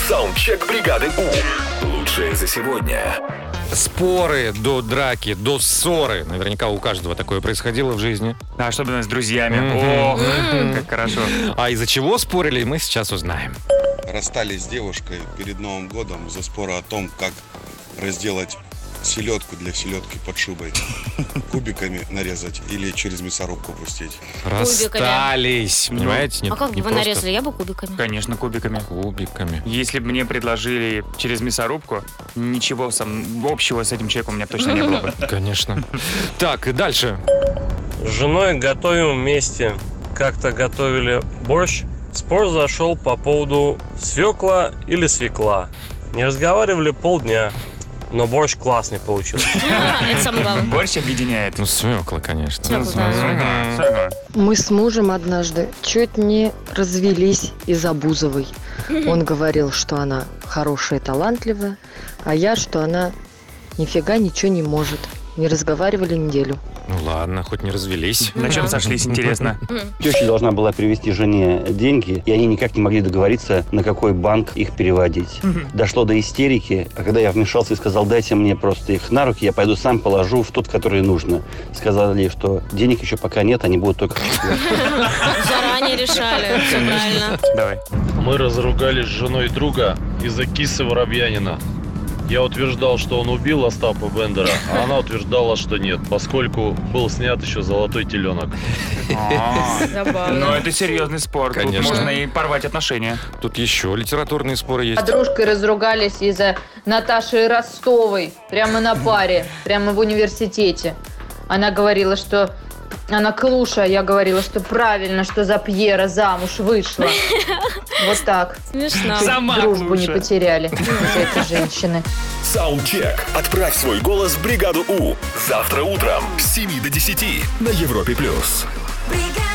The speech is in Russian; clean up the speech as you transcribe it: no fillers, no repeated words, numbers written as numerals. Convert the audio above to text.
Саундчек бригады У. Лучшее за сегодня. Споры до драки, до ссоры. Наверняка у каждого такое происходило в жизни. Особенно с друзьями. Ох, как хорошо. А из-за чего спорили, мы сейчас узнаем. Расстались с девушкой перед Новым годом из-за спора о том, как разделать селедку для селедки под шубой. Кубиками нарезать или через мясорубку пустить. Расстались, понимаете? Нет, А как бы не вы просто нарезали? Я бы кубиками. Конечно, кубиками. Кубиками. Если бы мне предложили через мясорубку, ничего общего с этим человеком у меня точно не было бы. Конечно. Так, и дальше. С женой готовим вместе. Как-то готовили борщ. Спор зашел по поводу свекла или свекла. Не разговаривали полдня, но борщ классный получился. Это самое главное. Борщ объединяет. Ну, свекла, конечно. Свекла, да. Ага. Мы с мужем однажды чуть не развелись из-за Бузовой. Он говорил, что она хорошая и талантливая, а я, что она нифига ничего не может. Не разговаривали неделю. Ну ладно, хоть не развелись. На чем сошлись, интересно? Теща должна была привезти жене деньги, и они никак не могли договориться, на какой банк их переводить. Дошло до истерики, а когда я вмешался и сказал, дайте мне просто их на руки, я пойду сам положу в тот, который нужно. Сказали, что денег еще пока нет, они будут только... Заранее решали, все правильно. Давай. Мы разругались с женой друга из-за кисы Воробьянина. Я утверждал, что он убил Остапа Бендера, а она утверждала, что нет, поскольку был снят еще «Золотой теленок». Ну, это серьезный спор. Тут Конечно. можно и порвать отношения. Тут еще литературные споры есть. Подружкой разругались из-за Наташи Ростовой. Прямо на паре, прямо в университете. Она говорила, что она клуша, я говорила, что правильно, что за Пьера замуж вышла. Вот так. Смешно. Чуть Сама дружбу не клуша. потеряли из-за этой женщины. Саундчек. Отправь свой голос в бригаду У. Завтра утром с 7 до 10 на Европе+. Бригада!